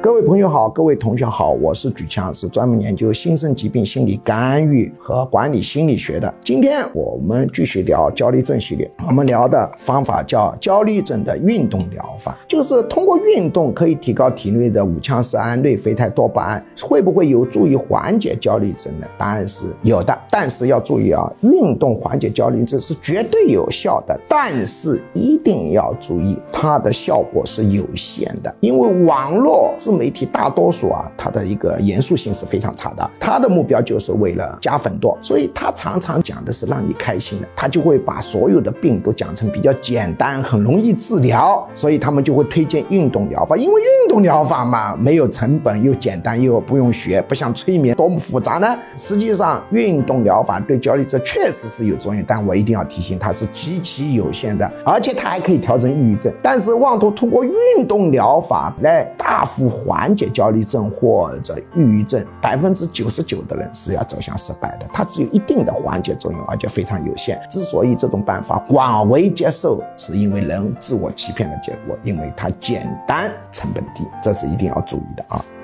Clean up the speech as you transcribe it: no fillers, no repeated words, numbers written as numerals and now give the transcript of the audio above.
各位朋友好，各位同学好，我是举强，是专门研究新生疾病心理干预和管理心理学的。今天我们继续聊焦虑症系列，我们聊的方法叫焦虑症的运动疗法，就是通过运动可以提高体内的五羟色胺、内啡肽、多巴胺，会不会有助于缓解焦虑症呢？答案是有的，但是要注意啊，运动缓解焦虑症是绝对有效的，但是一定要注意它的效果是有限的，因为网络自媒体大多数它的一个严肃性是非常差的，它的目标就是为了加粉多，所以它常常讲的是让你开心的，它就会把所有的病都讲成比较简单，很容易治疗，所以他们就会推荐运动疗法，因为运动疗法嘛，没有成本，又简单，又不用学，不像催眠多么复杂呢。实际上运动疗法对焦虑症确实是有作用，但我一定要提醒它是极其有限的，而且它还可以调整抑郁症，但是妄图通过运动疗法来大幅缓解焦虑症或者抑郁症，99%的人是要走向失败的，它只有一定的缓解作用，而且非常有限。之所以这种办法广为接受，是因为人自我欺骗的结果，因为它简单，成本低，这是一定要注意的啊。